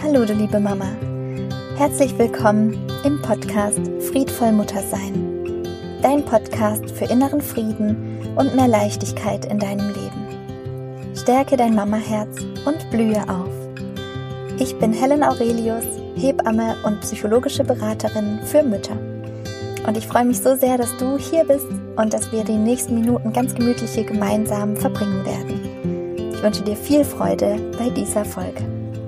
Hallo du liebe Mama, herzlich willkommen im Podcast Friedvoll Muttersein, dein Podcast für inneren Frieden und mehr Leichtigkeit in deinem Leben. Stärke dein Mamaherz und blühe auf. Ich bin Helen Aurelius, Hebamme und psychologische Beraterin für Mütter. Und ich freue mich so sehr, dass du hier bist und dass wir die nächsten Minuten ganz gemütlich hier gemeinsam verbringen werden. Ich wünsche dir viel Freude bei dieser Folge.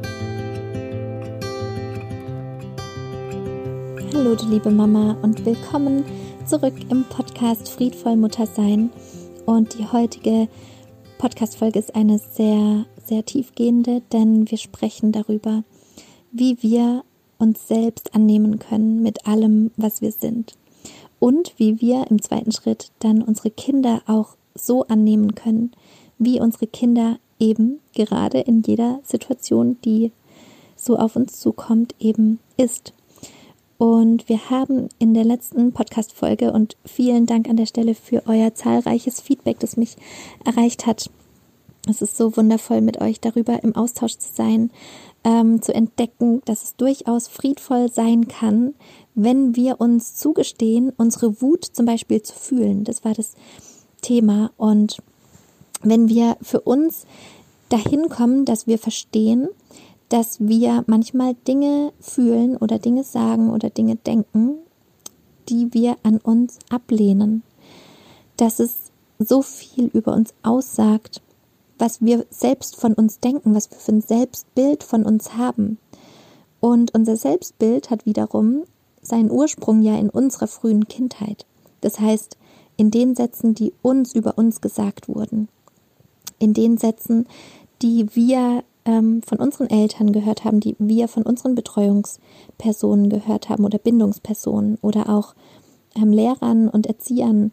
Hallo du liebe Mama und willkommen zurück im Podcast Friedvoll Muttersein. Und die heutige Podcast-Folge ist eine sehr, sehr tiefgehende, denn wir sprechen darüber, wie wir uns selbst annehmen können mit allem, was wir sind. Und wie wir im zweiten Schritt dann unsere Kinder auch so annehmen können, wie unsere Kinder eben gerade in jeder Situation, die so auf uns zukommt, eben ist. Und wir haben in der letzten Podcast-Folge, und vielen Dank an der Stelle für euer zahlreiches Feedback, das mich erreicht hat. Es ist so wundervoll, mit euch darüber im Austausch zu sein, zu entdecken, dass es durchaus friedvoll sein kann, wenn wir uns zugestehen, unsere Wut zum Beispiel zu fühlen. Das war das Thema. Und wenn wir für uns dahin kommen, dass wir verstehen, dass wir manchmal Dinge fühlen oder Dinge sagen oder Dinge denken, die wir an uns ablehnen. Dass es so viel über uns aussagt, was wir selbst von uns denken, was wir für ein Selbstbild von uns haben. Und unser Selbstbild hat wiederum seinen Ursprung ja in unserer frühen Kindheit. Das heißt, in den Sätzen, die uns über uns gesagt wurden. In den Sätzen, die wir von unseren Eltern gehört haben, die wir von unseren Betreuungspersonen gehört haben oder Bindungspersonen oder auch Lehrern und Erziehern,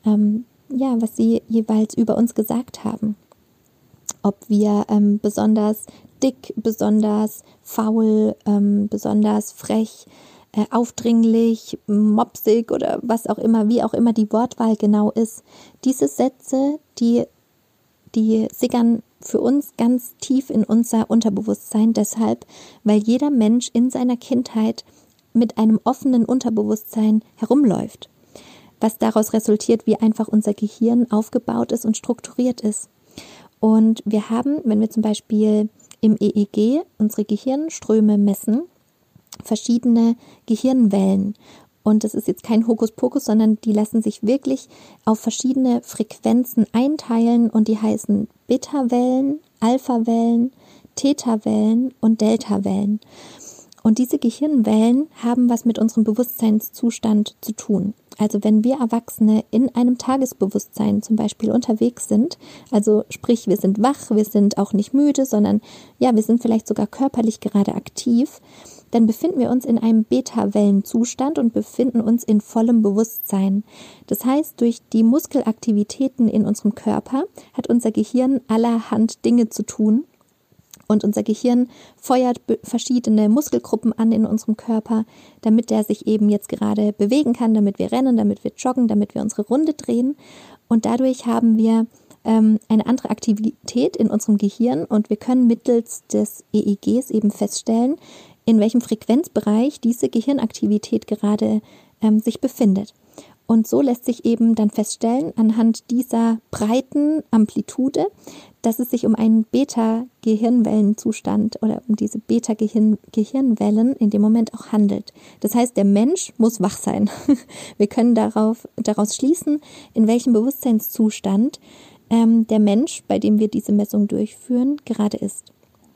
was sie jeweils über uns gesagt haben. Ob wir besonders dick, besonders faul, besonders frech, aufdringlich, mopsig oder was auch immer, wie auch immer die Wortwahl genau ist. Diese Sätze, die sickern für uns ganz tief in unser Unterbewusstsein, deshalb, weil jeder Mensch in seiner Kindheit mit einem offenen Unterbewusstsein herumläuft, was daraus resultiert, wie einfach unser Gehirn aufgebaut ist und strukturiert ist. Und wir haben, wenn wir zum Beispiel im EEG unsere Gehirnströme messen, verschiedene Gehirnwellen. Und das ist jetzt kein Hokuspokus, sondern die lassen sich wirklich auf verschiedene Frequenzen einteilen und die heißen Beta-Wellen, Alpha-Wellen, Theta-Wellen und Delta-Wellen. Und diese Gehirnwellen haben was mit unserem Bewusstseinszustand zu tun. Also wenn wir Erwachsene in einem Tagesbewusstsein zum Beispiel unterwegs sind, also sprich, wir sind wach, wir sind auch nicht müde, sondern wir sind vielleicht sogar körperlich gerade aktiv, dann befinden wir uns in einem Beta-Wellenzustand und befinden uns in vollem Bewusstsein. Das heißt, durch die Muskelaktivitäten in unserem Körper hat unser Gehirn allerhand Dinge zu tun. Und unser Gehirn feuert verschiedene Muskelgruppen an in unserem Körper, damit der sich eben jetzt gerade bewegen kann, damit wir rennen, damit wir joggen, damit wir unsere Runde drehen. Und dadurch haben wir eine andere Aktivität in unserem Gehirn und wir können mittels des EEGs eben feststellen, in welchem Frequenzbereich diese Gehirnaktivität gerade sich befindet. Und so lässt sich eben dann feststellen, anhand dieser breiten Amplitude, dass es sich um einen Beta-Gehirnwellenzustand oder um diese Beta-Gehirnwellen in dem Moment auch handelt. Das heißt, der Mensch muss wach sein. Wir können daraus schließen, in welchem Bewusstseinszustand der Mensch, bei dem wir diese Messung durchführen, gerade ist.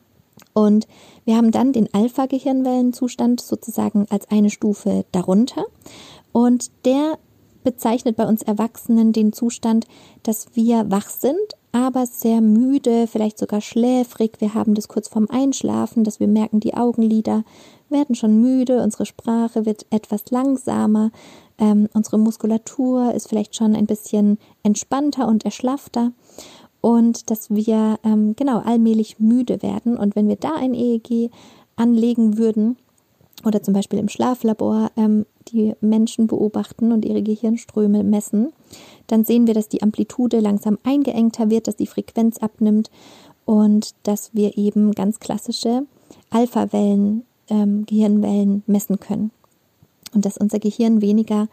Und wir haben dann den Alpha-Gehirnwellenzustand sozusagen als eine Stufe darunter. Und der bezeichnet bei uns Erwachsenen den Zustand, dass wir wach sind, aber sehr müde, vielleicht sogar schläfrig. Wir haben das kurz vorm Einschlafen, dass wir merken, die Augenlider werden schon müde, unsere Sprache wird etwas langsamer, unsere Muskulatur ist vielleicht schon ein bisschen entspannter und erschlaffter. Und dass wir allmählich müde werden. Und wenn wir da ein EEG anlegen würden oder zum Beispiel im Schlaflabor die Menschen beobachten und ihre Gehirnströme messen, dann sehen wir, dass die Amplitude langsam eingeengter wird, dass die Frequenz abnimmt und dass wir eben ganz klassische Alpha-Wellen, Gehirnwellen messen können. Und dass unser Gehirn weniger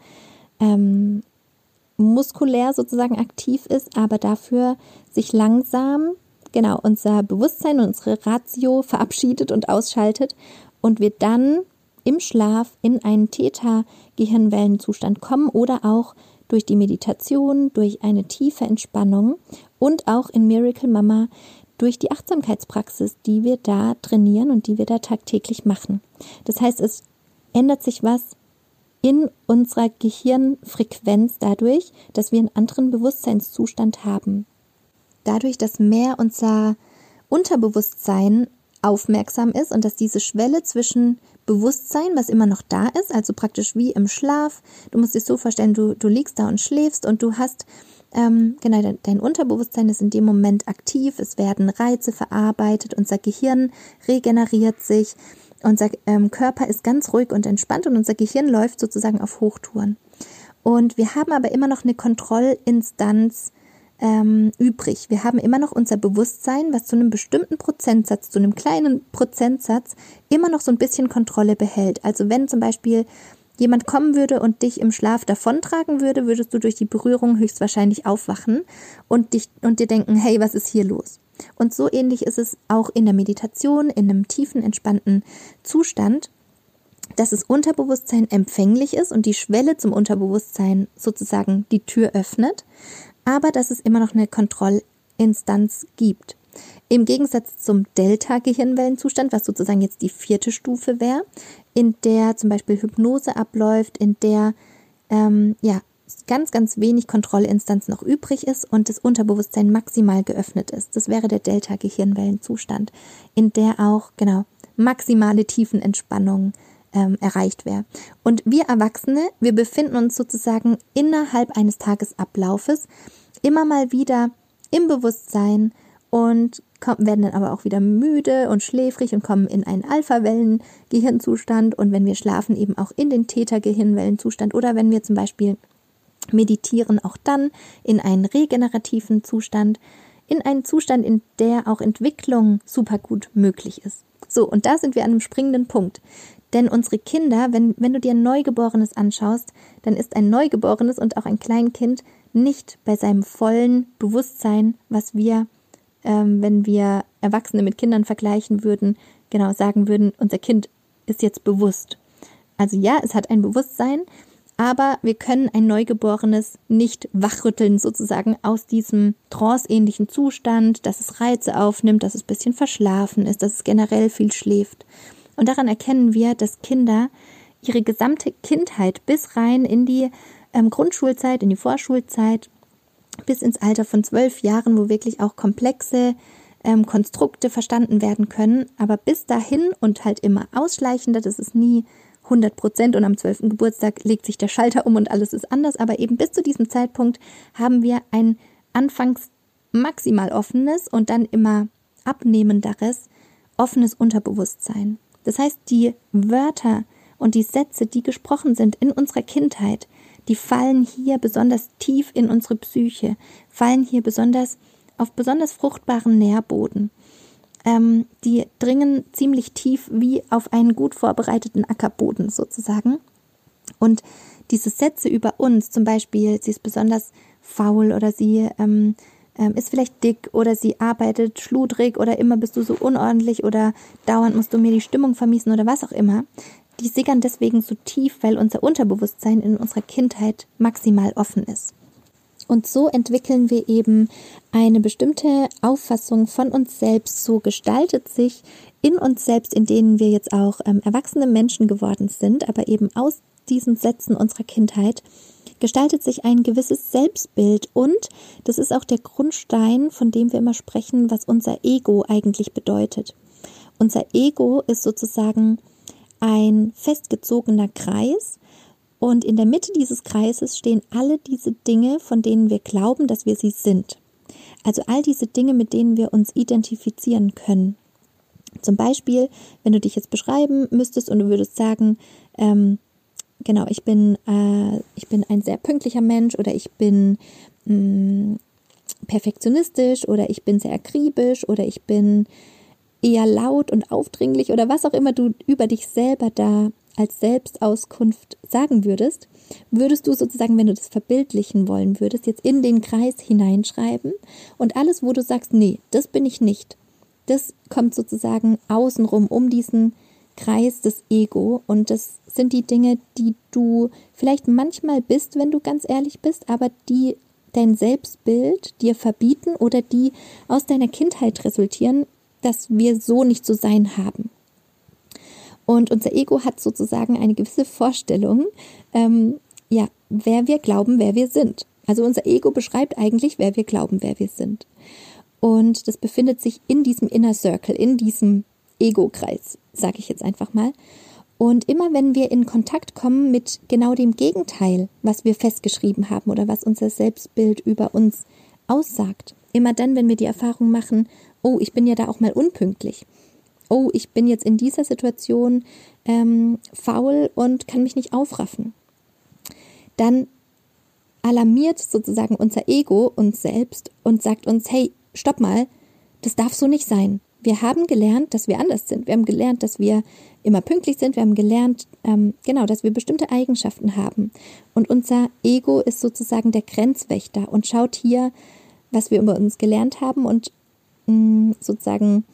muskulär sozusagen aktiv ist, aber dafür sich langsam, unser Bewusstsein und unsere Ratio verabschiedet und ausschaltet und wir dann im Schlaf in einen Theta-Gehirnwellenzustand kommen oder auch durch die Meditation, durch eine tiefe Entspannung und auch in Miracle Mama durch die Achtsamkeitspraxis, die wir da trainieren und die wir da tagtäglich machen. Das heißt, es ändert sich was in unserer Gehirnfrequenz dadurch, dass wir einen anderen Bewusstseinszustand haben. Dadurch, dass mehr unser Unterbewusstsein aufmerksam ist und dass diese Schwelle zwischen Bewusstsein, was immer noch da ist, also praktisch wie im Schlaf, du musst dir so vorstellen, du liegst da und schläfst und du hast, dein Unterbewusstsein ist in dem Moment aktiv, es werden Reize verarbeitet, unser Gehirn regeneriert sich, unser Körper ist ganz ruhig und entspannt und unser Gehirn läuft sozusagen auf Hochtouren. Und wir haben aber immer noch eine Kontrollinstanz übrig. Wir haben immer noch unser Bewusstsein, was zu einem bestimmten Prozentsatz, zu einem kleinen Prozentsatz immer noch so ein bisschen Kontrolle behält. Also wenn zum Beispiel jemand kommen würde und dich im Schlaf davontragen würde, würdest du durch die Berührung höchstwahrscheinlich aufwachen und dir denken, hey, was ist hier los? Und so ähnlich ist es auch in der Meditation, in einem tiefen, entspannten Zustand, dass das Unterbewusstsein empfänglich ist und die Schwelle zum Unterbewusstsein sozusagen die Tür öffnet, aber dass es immer noch eine Kontrollinstanz gibt. Im Gegensatz zum Delta-Gehirnwellenzustand, was sozusagen jetzt die 4. Stufe wäre, in der zum Beispiel Hypnose abläuft, in der ganz, ganz wenig Kontrollinstanz noch übrig ist und das Unterbewusstsein maximal geöffnet ist. Das wäre der Delta-Gehirnwellenzustand, in der auch maximale Tiefenentspannung erreicht wäre. Und wir Erwachsene, wir befinden uns sozusagen innerhalb eines Tagesablaufes immer mal wieder im Bewusstsein und werden dann aber auch wieder müde und schläfrig und kommen in einen Alpha-Wellen-Gehirnzustand und wenn wir schlafen eben auch in den Theta-Gehirnwellenzustand oder wenn wir zum Beispiel meditieren, auch dann in einen regenerativen Zustand, in einen Zustand, in der auch Entwicklung super gut möglich ist. So, und da sind wir an einem springenden Punkt. Denn unsere Kinder, wenn du dir ein Neugeborenes anschaust, dann ist ein Neugeborenes und auch ein Kleinkind nicht bei seinem vollen Bewusstsein, was wir, wenn wir Erwachsene mit Kindern vergleichen würden, sagen würden, unser Kind ist jetzt bewusst. Also ja, es hat ein Bewusstsein, aber wir können ein Neugeborenes nicht wachrütteln sozusagen aus diesem tranceähnlichen Zustand, dass es Reize aufnimmt, dass es ein bisschen verschlafen ist, dass es generell viel schläft. Und daran erkennen wir, dass Kinder ihre gesamte Kindheit bis rein in die Grundschulzeit, in die Vorschulzeit, bis ins Alter von 12 Jahren, wo wirklich auch komplexe Konstrukte verstanden werden können, aber bis dahin und halt immer ausschleichender, das ist nie 100% und am 12. Geburtstag legt sich der Schalter um und alles ist anders, aber eben bis zu diesem Zeitpunkt haben wir ein anfangs maximal offenes und dann immer abnehmenderes, offenes Unterbewusstsein. Das heißt, die Wörter und die Sätze, die gesprochen sind in unserer Kindheit, die fallen hier besonders tief in unsere Psyche, fallen hier auf besonders fruchtbaren Nährboden. Die dringen ziemlich tief wie auf einen gut vorbereiteten Ackerboden sozusagen. Und diese Sätze über uns, zum Beispiel, sie ist besonders faul oder sie ist vielleicht dick oder sie arbeitet schludrig oder immer bist du so unordentlich oder dauernd musst du mir die Stimmung vermiesen oder was auch immer, die sickern deswegen so tief, weil unser Unterbewusstsein in unserer Kindheit maximal offen ist. Und so entwickeln wir eben eine bestimmte Auffassung von uns selbst. So gestaltet sich in uns selbst, in denen wir jetzt auch erwachsene Menschen geworden sind, aber eben aus diesen Sätzen unserer Kindheit, gestaltet sich ein gewisses Selbstbild. Und das ist auch der Grundstein, von dem wir immer sprechen, was unser Ego eigentlich bedeutet. Unser Ego ist sozusagen ein festgezogener Kreis. Und in der Mitte dieses Kreises stehen alle diese Dinge, von denen wir glauben, dass wir sie sind. Also all diese Dinge, mit denen wir uns identifizieren können. Zum Beispiel, wenn du dich jetzt beschreiben müsstest und du würdest sagen, ich bin ein sehr pünktlicher Mensch oder ich bin perfektionistisch oder ich bin sehr akribisch oder ich bin eher laut und aufdringlich oder was auch immer du über dich selber da als Selbstauskunft sagen würdest du sozusagen, wenn du das verbildlichen wollen würdest, jetzt in den Kreis hineinschreiben und alles, wo du sagst, nee, das bin ich nicht, das kommt sozusagen außenrum um diesen Kreis des Ego und das sind die Dinge, die du vielleicht manchmal bist, wenn du ganz ehrlich bist, aber die dein Selbstbild dir verbieten oder die aus deiner Kindheit resultieren, dass wir so nicht zu sein haben. Und unser Ego hat sozusagen eine gewisse Vorstellung, wer wir glauben, wer wir sind. Also unser Ego beschreibt eigentlich, wer wir glauben, wer wir sind. Und das befindet sich in diesem Inner Circle, in diesem Ego-Kreis, sage ich jetzt einfach mal. Und immer wenn wir in Kontakt kommen mit genau dem Gegenteil, was wir festgeschrieben haben oder was unser Selbstbild über uns aussagt, immer dann, wenn wir die Erfahrung machen, oh, ich bin ja da auch mal unpünktlich, oh, ich bin jetzt in dieser Situation faul und kann mich nicht aufraffen, dann alarmiert sozusagen unser Ego uns selbst und sagt uns, hey, stopp mal, das darf so nicht sein. Wir haben gelernt, dass wir anders sind. Wir haben gelernt, dass wir immer pünktlich sind. Wir haben gelernt, dass wir bestimmte Eigenschaften haben. Und unser Ego ist sozusagen der Grenzwächter und schaut hier, was wir über uns gelernt haben und sozusagen,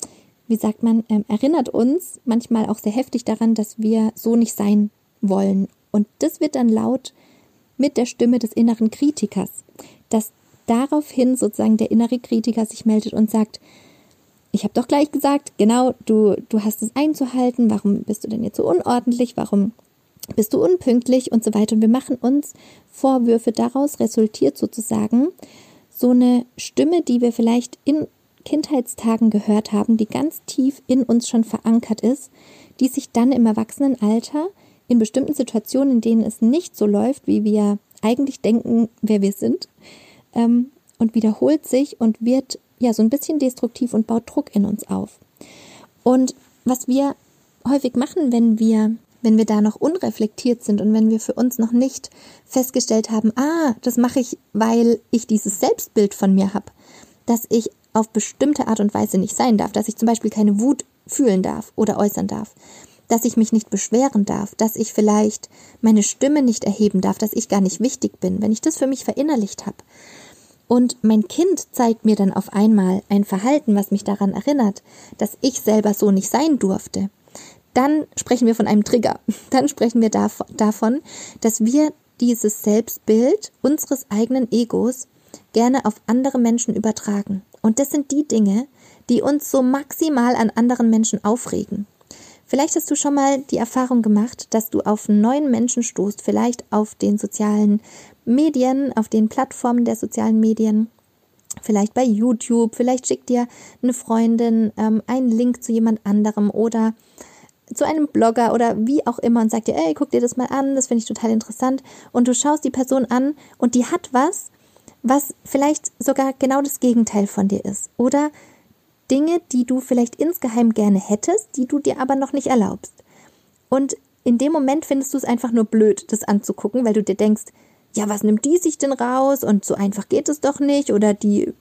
erinnert uns manchmal auch sehr heftig daran, dass wir so nicht sein wollen. Und das wird dann laut mit der Stimme des inneren Kritikers, dass daraufhin sozusagen der innere Kritiker sich meldet und sagt, ich habe doch gleich gesagt, genau, du hast es einzuhalten, warum bist du denn jetzt so unordentlich, warum bist du unpünktlich und so weiter. Und wir machen uns Vorwürfe, daraus resultiert sozusagen so eine Stimme, die wir vielleicht in Kindheitstagen gehört haben, die ganz tief in uns schon verankert ist, die sich dann im Erwachsenenalter in bestimmten Situationen, in denen es nicht so läuft, wie wir eigentlich denken, wer wir sind, und wiederholt sich und wird so ein bisschen destruktiv und baut Druck in uns auf. Und was wir häufig machen, wenn wir da noch unreflektiert sind und wenn wir für uns noch nicht festgestellt haben, das mache ich, weil ich dieses Selbstbild von mir habe, dass ich auf bestimmte Art und Weise nicht sein darf, dass ich zum Beispiel keine Wut fühlen darf oder äußern darf, dass ich mich nicht beschweren darf, dass ich vielleicht meine Stimme nicht erheben darf, dass ich gar nicht wichtig bin, wenn ich das für mich verinnerlicht habe. Und mein Kind zeigt mir dann auf einmal ein Verhalten, was mich daran erinnert, dass ich selber so nicht sein durfte. Dann sprechen wir von einem Trigger. Dann sprechen wir davon, dass wir dieses Selbstbild unseres eigenen Egos gerne auf andere Menschen übertragen. Und das sind die Dinge, die uns so maximal an anderen Menschen aufregen. Vielleicht hast du schon mal die Erfahrung gemacht, dass du auf einen neuen Menschen stoßt, vielleicht auf den sozialen Medien, auf den Plattformen der sozialen Medien, vielleicht bei YouTube, vielleicht schickt dir eine Freundin einen Link zu jemand anderem oder zu einem Blogger oder wie auch immer und sagt dir, ey, guck dir das mal an, das finde ich total interessant und du schaust die Person an und die hat was vielleicht sogar genau das Gegenteil von dir ist oder Dinge, die du vielleicht insgeheim gerne hättest, die du dir aber noch nicht erlaubst. Und in dem Moment findest du es einfach nur blöd, das anzugucken, weil du dir denkst, ja, was nimmt die sich denn raus und so einfach geht es doch nicht oder die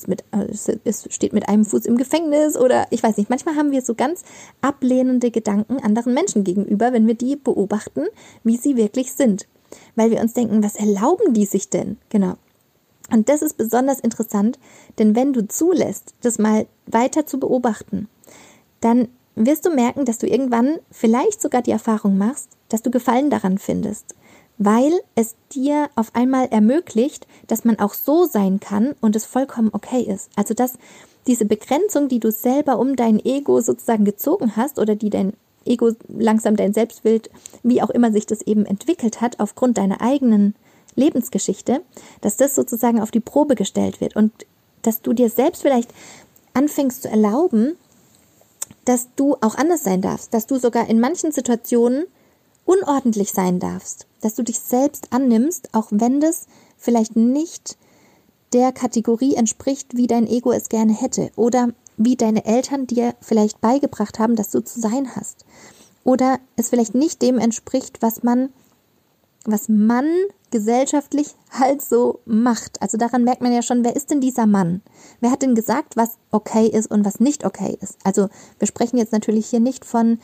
steht mit einem Fuß im Gefängnis oder ich weiß nicht, manchmal haben wir so ganz ablehnende Gedanken anderen Menschen gegenüber, wenn wir die beobachten, wie sie wirklich sind, weil wir uns denken, was erlauben die sich denn? Genau. Und das ist besonders interessant, denn wenn du zulässt, das mal weiter zu beobachten, dann wirst du merken, dass du irgendwann vielleicht sogar die Erfahrung machst, dass du Gefallen daran findest, weil es dir auf einmal ermöglicht, dass man auch so sein kann und es vollkommen okay ist. Also dass diese Begrenzung, die du selber um dein Ego sozusagen gezogen hast oder die dein Ego langsam dein Selbstbild, wie auch immer sich das eben entwickelt hat, aufgrund deiner eigenen Lebensgeschichte, dass das sozusagen auf die Probe gestellt wird und dass du dir selbst vielleicht anfängst zu erlauben, dass du auch anders sein darfst, dass du sogar in manchen Situationen unordentlich sein darfst, dass du dich selbst annimmst, auch wenn das vielleicht nicht der Kategorie entspricht, wie dein Ego es gerne hätte oder wie deine Eltern dir vielleicht beigebracht haben, dass du zu sein hast oder es vielleicht nicht dem entspricht, was man was man gesellschaftlich halt so macht. Also daran merkt man ja schon, wer ist denn dieser Mann? Wer hat denn gesagt, was okay ist und was nicht okay ist? Also wir sprechen jetzt natürlich hier nicht von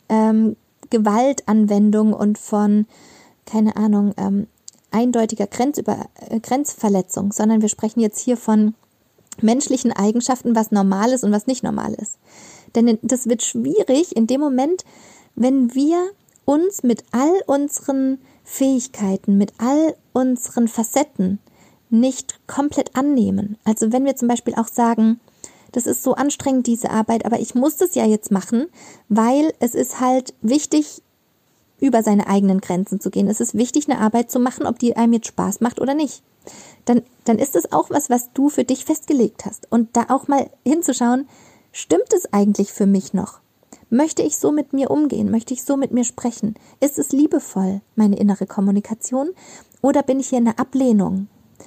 Gewaltanwendung und von, keine Ahnung, eindeutiger Grenzverletzung, sondern wir sprechen jetzt hier von menschlichen Eigenschaften, was normal ist und was nicht normal ist. Denn das wird schwierig in dem Moment, wenn wir uns mit all unseren Fähigkeiten, mit all unseren Facetten nicht komplett annehmen. Also wenn wir zum Beispiel auch sagen, das ist so anstrengend, diese Arbeit, aber ich muss das ja jetzt machen, weil es ist halt wichtig, über seine eigenen Grenzen zu gehen. Es ist wichtig, eine Arbeit zu machen, ob die einem jetzt Spaß macht oder nicht. Dann ist es auch was du für dich festgelegt hast. Und da auch mal hinzuschauen, stimmt es eigentlich für mich noch? Möchte ich so mit mir umgehen? Möchte ich so mit mir sprechen? Ist es liebevoll, meine innere Kommunikation? Oder bin ich hier in der Ablehnung?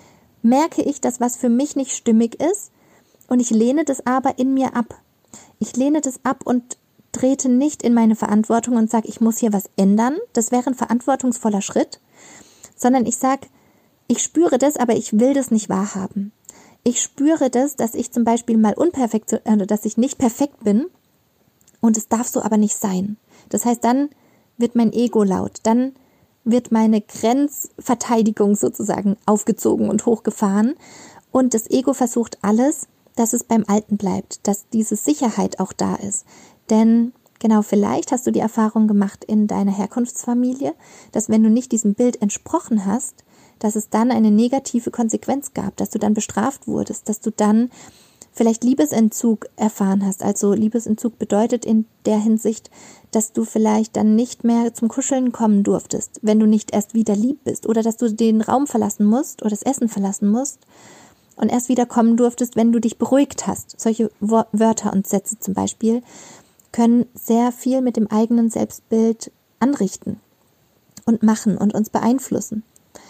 Merke ich, dass was für mich nicht stimmig ist und ich lehne das aber in mir ab? Ich lehne das ab und trete nicht in meine Verantwortung und sage, ich muss hier was ändern. Das wäre ein verantwortungsvoller Schritt. Sondern ich sage, ich spüre das, aber ich will das nicht wahrhaben. Ich spüre das, dass ich zum Beispiel mal dass ich nicht perfekt bin. Und es darf so aber nicht sein. Das heißt, dann wird mein Ego laut, dann wird meine Grenzverteidigung sozusagen aufgezogen und hochgefahren. Und das Ego versucht alles, dass es beim Alten bleibt, dass diese Sicherheit auch da ist. Denn genau, vielleicht hast du die Erfahrung gemacht in deiner Herkunftsfamilie, dass wenn du nicht diesem Bild entsprochen hast, dass es dann eine negative Konsequenz gab, dass du dann bestraft wurdest, dass du dann vielleicht Liebesentzug erfahren hast. Also Liebesentzug bedeutet in der Hinsicht, dass du vielleicht dann nicht mehr zum Kuscheln kommen durftest, wenn du nicht erst wieder lieb bist, oder dass du den Raum verlassen musst oder das Essen verlassen musst und erst wieder kommen durftest, wenn du dich beruhigt hast. Solche Wörter und Sätze zum Beispiel können sehr viel mit dem eigenen Selbstbild anrichten und machen und uns beeinflussen.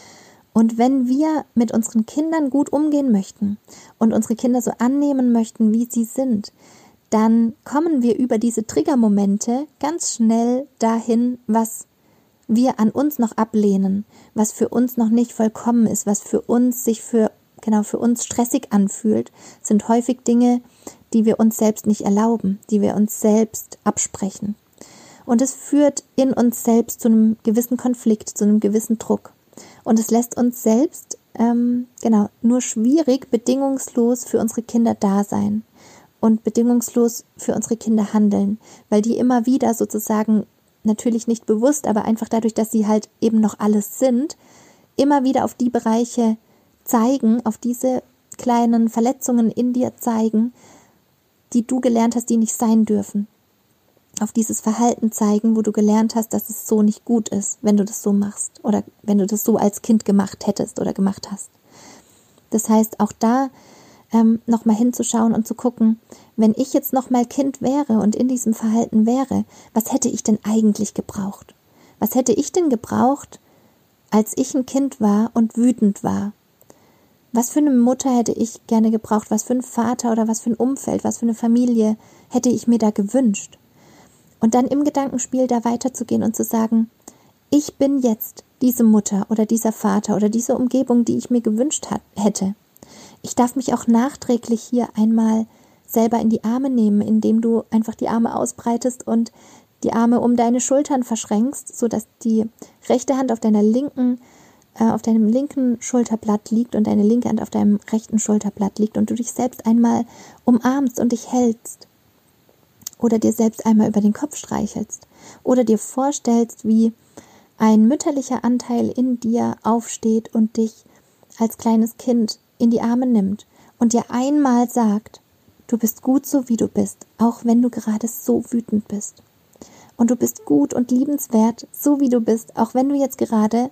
Und wenn wir mit unseren Kindern gut umgehen möchten und unsere Kinder so annehmen möchten, wie sie sind, dann kommen wir über diese Triggermomente ganz schnell dahin, was wir an uns noch ablehnen, was für uns noch nicht vollkommen ist, was für uns für uns stressig anfühlt, sind häufig Dinge, die wir uns selbst nicht erlauben, die wir uns selbst absprechen. Und es führt in uns selbst zu einem gewissen Konflikt, zu einem gewissen Druck. Und es lässt uns selbst nur schwierig bedingungslos für unsere Kinder da sein und bedingungslos für unsere Kinder handeln, weil die immer wieder sozusagen, natürlich nicht bewusst, aber einfach dadurch, dass sie halt eben noch alles sind, immer wieder auf die Bereiche zeigen, auf diese kleinen Verletzungen in dir zeigen, die du gelernt hast, die nicht sein dürfen. Auf dieses Verhalten zeigen, wo du gelernt hast, dass es so nicht gut ist, wenn du das so machst oder wenn du das so als Kind gemacht hättest oder gemacht hast. Das heißt, auch da nochmal hinzuschauen und zu gucken, wenn ich jetzt nochmal Kind wäre und in diesem Verhalten wäre, was hätte ich denn eigentlich gebraucht? Was hätte ich denn gebraucht, als ich ein Kind war und wütend war? Was für eine Mutter hätte ich gerne gebraucht? Was für ein Vater oder was für ein Umfeld, was für eine Familie hätte ich mir da gewünscht? Und dann im Gedankenspiel da weiterzugehen und zu sagen, ich bin jetzt diese Mutter oder dieser Vater oder diese Umgebung, die ich mir gewünscht hätte. Ich darf mich auch nachträglich hier einmal selber in die Arme nehmen, indem du einfach die Arme ausbreitest und die Arme um deine Schultern verschränkst, sodass die rechte Hand auf deinem linken Schulterblatt liegt und deine linke Hand auf deinem rechten Schulterblatt liegt und du dich selbst einmal umarmst und dich hältst. Oder dir selbst einmal über den Kopf streichelst. Oder dir vorstellst, wie ein mütterlicher Anteil in dir aufsteht und dich als kleines Kind in die Arme nimmt und dir einmal sagt, du bist gut so, wie du bist, auch wenn du gerade so wütend bist. Und du bist gut und liebenswert, so wie du bist, auch wenn du jetzt gerade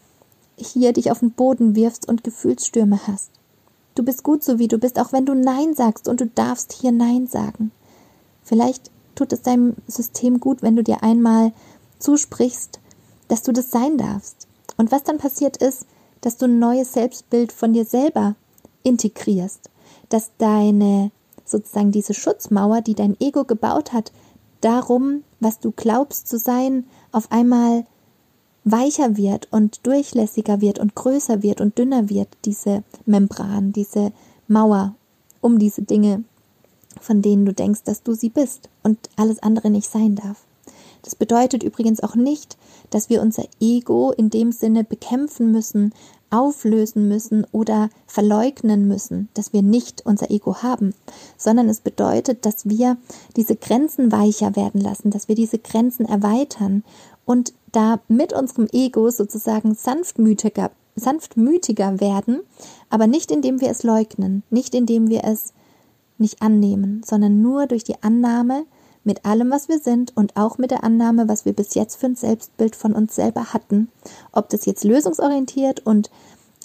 hier dich auf den Boden wirfst und Gefühlsstürme hast. Du bist gut so, wie du bist, auch wenn du Nein sagst und du darfst hier Nein sagen. Vielleicht tut es deinem System gut, wenn du dir einmal zusprichst, dass du das sein darfst. Und was dann passiert ist, dass du ein neues Selbstbild von dir selber integrierst, dass sozusagen diese Schutzmauer, die dein Ego gebaut hat, darum, was du glaubst zu sein, auf einmal weicher wird und durchlässiger wird und größer wird und dünner wird, diese Membran, diese Mauer um diese Dinge, von denen du denkst, dass du sie bist und alles andere nicht sein darf. Das bedeutet übrigens auch nicht, dass wir unser Ego in dem Sinne bekämpfen müssen, auflösen müssen oder verleugnen müssen, dass wir nicht unser Ego haben, sondern es bedeutet, dass wir diese Grenzen weicher werden lassen, dass wir diese Grenzen erweitern und da mit unserem Ego sozusagen sanftmütiger werden, aber nicht indem wir es leugnen, nicht indem wir es nicht annehmen, sondern nur durch die Annahme mit allem, was wir sind und auch mit der Annahme, was wir bis jetzt für ein Selbstbild von uns selber hatten. Ob das jetzt lösungsorientiert und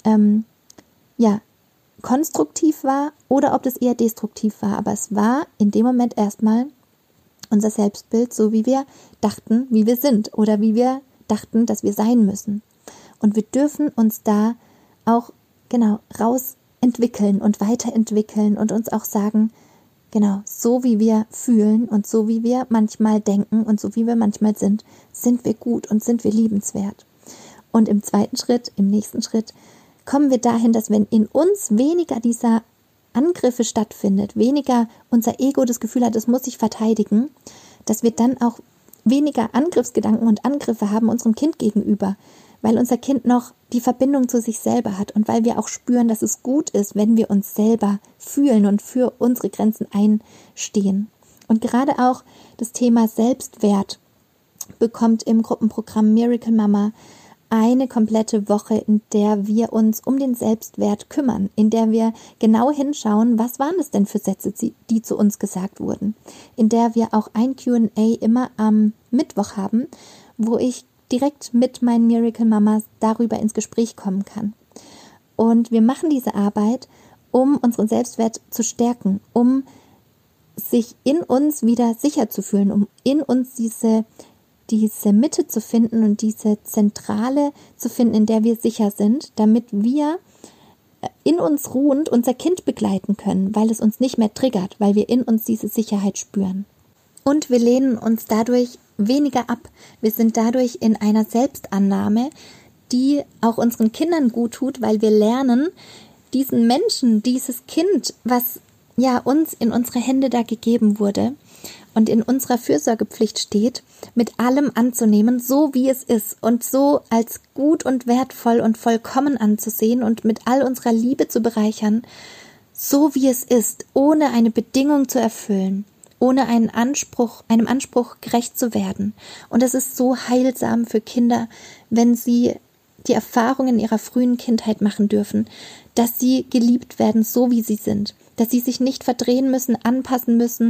konstruktiv war oder ob das eher destruktiv war. Aber es war in dem Moment erstmal unser Selbstbild, so wie wir dachten, wie wir sind oder wie wir dachten, dass wir sein müssen. Und wir dürfen uns da auch rausentwickeln und weiterentwickeln und uns auch sagen, so wie wir fühlen und so wie wir manchmal denken und so wie wir manchmal sind wir gut und sind wir liebenswert. Und im nächsten Schritt, kommen wir dahin, dass wenn in uns weniger dieser Angriffe stattfindet, weniger unser Ego das Gefühl hat, es muss sich verteidigen, dass wir dann auch weniger Angriffsgedanken und Angriffe haben unserem Kind gegenüber, weil unser Kind noch die Verbindung zu sich selber hat und weil wir auch spüren, dass es gut ist, wenn wir uns selber fühlen und für unsere Grenzen einstehen. Und gerade auch das Thema Selbstwert bekommt im Gruppenprogramm Miracle Mama eine komplette Woche, in der wir uns um den Selbstwert kümmern, in der wir genau hinschauen, was waren es denn für Sätze, die zu uns gesagt wurden, in der wir auch ein Q&A immer am Mittwoch haben, wo ich direkt mit meinen Miracle Mamas darüber ins Gespräch kommen kann. Und wir machen diese Arbeit, um unseren Selbstwert zu stärken, um sich in uns wieder sicher zu fühlen, um in uns diese Mitte zu finden und diese Zentrale zu finden, in der wir sicher sind, damit wir in uns ruhend unser Kind begleiten können, weil es uns nicht mehr triggert, weil wir in uns diese Sicherheit spüren. Und wir lehnen uns dadurch weniger ab. Wir sind dadurch in einer Selbstannahme, die auch unseren Kindern gut tut, weil wir lernen, diesen Menschen, dieses Kind, was uns in unsere Hände da gegeben wurde und in unserer Fürsorgepflicht steht, mit allem anzunehmen, so wie es ist und so als gut und wertvoll und vollkommen anzusehen und mit all unserer Liebe zu bereichern, so wie es ist, ohne eine Bedingung zu erfüllen, ohne einem Anspruch gerecht zu werden. Und es ist so heilsam für Kinder, wenn sie die Erfahrung in ihrer frühen Kindheit machen dürfen, dass sie geliebt werden, so wie sie sind, dass sie sich nicht verdrehen müssen, anpassen müssen,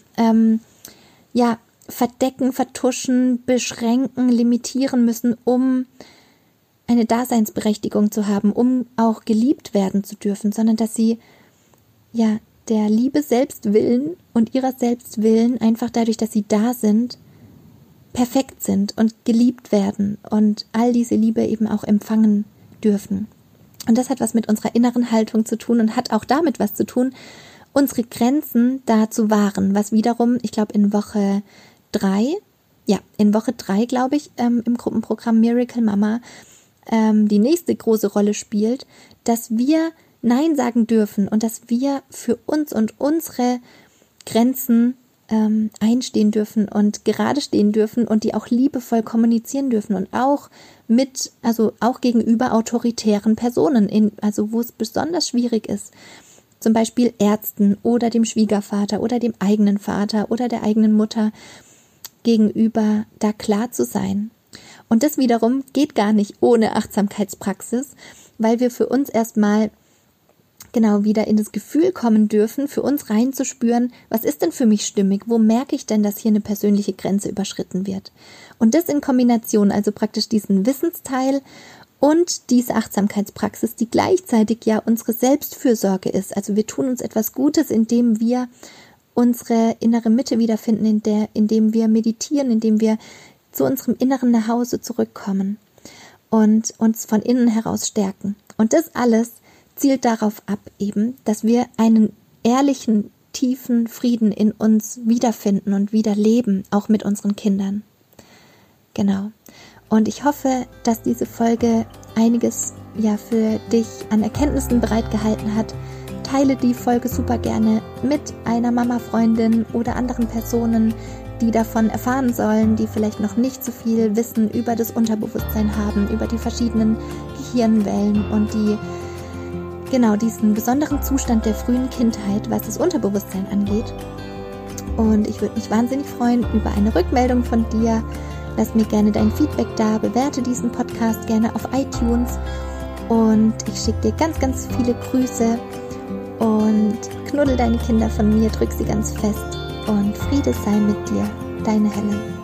verdecken, vertuschen, beschränken, limitieren müssen, um eine Daseinsberechtigung zu haben, um auch geliebt werden zu dürfen, sondern dass sie der Liebe selbst willen und ihrer selbst willen, einfach dadurch, dass sie da sind, perfekt sind und geliebt werden und all diese Liebe eben auch empfangen dürfen. Und das hat was mit unserer inneren Haltung zu tun und hat auch damit was zu tun, unsere Grenzen da zu wahren, was wiederum, ich glaube in Woche 3, glaube ich, im Gruppenprogramm Miracle Mama die nächste große Rolle spielt, dass wir Nein sagen dürfen und dass wir für uns und unsere Grenzen einstehen dürfen und gerade stehen dürfen und die auch liebevoll kommunizieren dürfen und auch auch gegenüber autoritären Personen, wo es besonders schwierig ist, zum Beispiel Ärzten oder dem Schwiegervater oder dem eigenen Vater oder der eigenen Mutter gegenüber da klar zu sein. Und das wiederum geht gar nicht ohne Achtsamkeitspraxis, weil wir für uns erstmal wieder in das Gefühl kommen dürfen, für uns reinzuspüren, was ist denn für mich stimmig? Wo merke ich denn, dass hier eine persönliche Grenze überschritten wird? Und das in Kombination, also praktisch diesen Wissensteil und diese Achtsamkeitspraxis, die gleichzeitig unsere Selbstfürsorge ist. Also wir tun uns etwas Gutes, indem wir unsere innere Mitte wiederfinden, indem wir meditieren, indem wir zu unserem inneren Zuhause zurückkommen und uns von innen heraus stärken. Und das alles zielt darauf ab eben, dass wir einen ehrlichen, tiefen Frieden in uns wiederfinden und wieder leben, auch mit unseren Kindern. Genau. Und ich hoffe, dass diese Folge einiges für dich an Erkenntnissen bereitgehalten hat. Teile die Folge super gerne mit einer Mama-Freundin oder anderen Personen, die davon erfahren sollen, die vielleicht noch nicht so viel Wissen über das Unterbewusstsein haben, über die verschiedenen Gehirnwellen und die diesen besonderen Zustand der frühen Kindheit, was das Unterbewusstsein angeht. Und ich würde mich wahnsinnig freuen über eine Rückmeldung von dir. Lass mir gerne dein Feedback da, bewerte diesen Podcast gerne auf iTunes und ich schicke dir ganz, ganz viele Grüße und knuddel deine Kinder von mir, drück sie ganz fest und Friede sei mit dir, deine Helen.